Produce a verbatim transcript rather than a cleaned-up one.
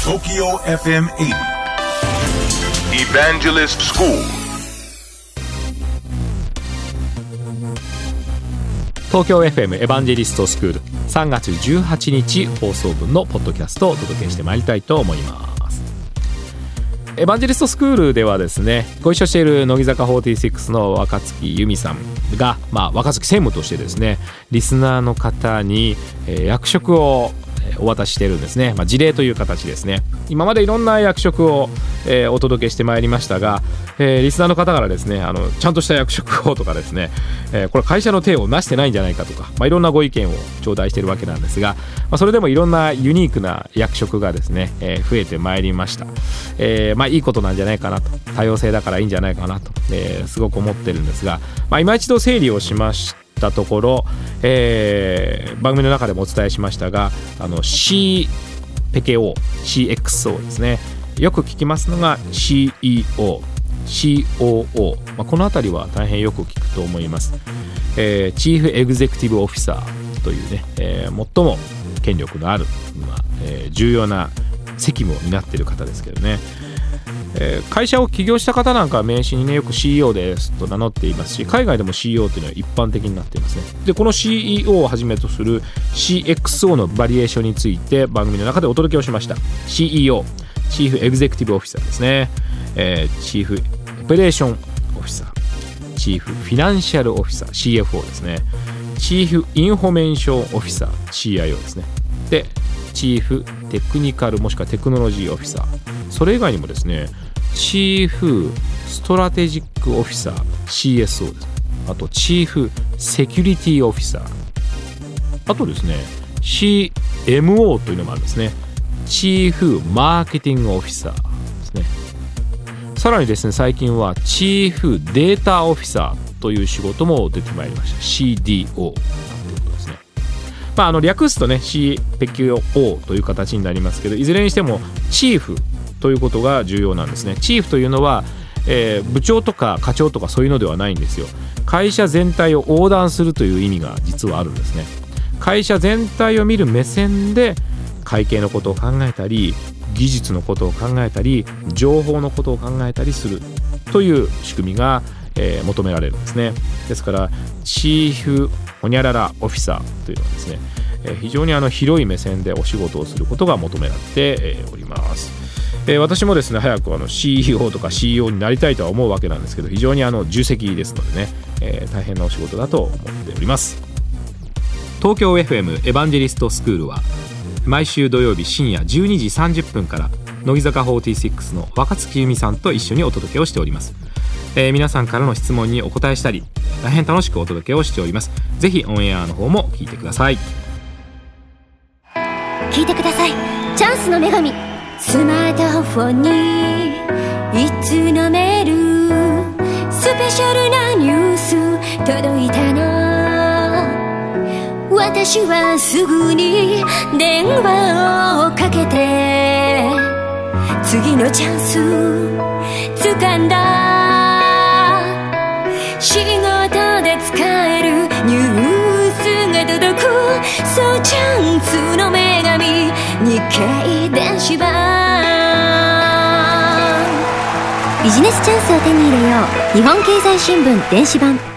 トキオ エフエムはちじゅう Evangelist School。 東京 エフエム エヴァンジェリストスクールさんがつじゅうはちにち放送分のポッドキャストをお届けしてまいりたいと思います。エヴァンジェリストスクールではですね、ご一緒している乃木坂フォーティーシックスの若月由美さんが、まあ、若月専務としてですね、リスナーの方に、えー、役職をお渡ししているんですね。まあ、事例という形ですね。今までいろんな役職を、えー、お届けしてまいりましたが、えー、リスナーの方からですね、あのちゃんとした役職をとかですね、えー、これ会社の体をなしてないんじゃないかとか、まあ、いろんなご意見を頂戴しているわけなんですが、まあ、それでもいろんなユニークな役職がですね、えー、増えてまいりました。えーまあ、いいことなんじゃないかなと、多様性だからいいんじゃないかなと、えー、すごく思ってるんですが、まあ、今一度整理をしましたところ、えー、番組の中でもお伝えしましたが、あの C ペケオー、シーエックスオー ですね。よく聞きますのが シーイーオー、シーオーオー、まあ、このあたりは大変よく聞くと思います。えー、チーフエグゼクティブオフィサーというね、えー、最も権力のある、まあえー、重要な責務を担っている方ですけどね。えー、会社を起業した方なんかは名刺にね、よく シーイーオー ですと名乗っていますし、海外でも シーイーオー というのは一般的になっていますね。で、この シーイーオー をはじめとする シーエックスオー のバリエーションについて番組の中でお届けをしました。 シーイーオー、 チーフエグゼクティブオフィサーですね、えー、チーフオペレーションオフィサー、チーフフィナンシャルオフィサー シーエフオー ですね、チーフインフォメーションオフィサー シーアイオー ですね。で、チーフテクニカルもしくはテクノロジーオフィサー、それ以外にもですね、チーフストラテジックオフィサー シーエスオー です。あとチーフセキュリティオフィサー、あとですね シーエムオー というのもあるんですね。チーフマーケティングオフィサーですね。さらにですね、最近はチーフデータオフィサーという仕事も出てまいりました。 シーディーオー ということですね。まあ、あの略すとね C ペキオ O という形になりますけど、いずれにしてもチーフということが重要なんですね。チーフというのは、えー、部長とか課長とかそういうのではないんですよ。会社全体を横断するという意味が実はあるんですね。会社全体を見る目線で会計のことを考えたり、技術のことを考えたり、情報のことを考えたりするという仕組みが、えー、求められるんですね。ですからチーフホニャララオフィサーというのはですね、えー、非常にあの広い目線でお仕事をすることが求められて、えー、おります。えー、私もですね、早くあの シーイーオー とか シーイーオー になりたいとは思うわけなんですけど、非常にあの重責ですのでね、えー、大変なお仕事だと思っております。東京 エフエム エヴァンジェリストスクールは毎週土曜日深夜じゅうにじさんじゅっぷんから乃木坂フォーティーシックスの若月由美さんと一緒にお届けをしております。えー、皆さんからの質問にお答えしたり、大変楽しくお届けをしております。ぜひオンエアの方も聞いてください。 聞いてください、チャンスの女神。スマートフォンにいつのメール、スペシャルなニュース届いたの。私はすぐに電話をかけて、次のチャンス掴んだ。仕事で使えるニュースが届く、そうチャンスの女神、日経電子版。ビジネスチャンスを手に入れよう、日本経済新聞電子版。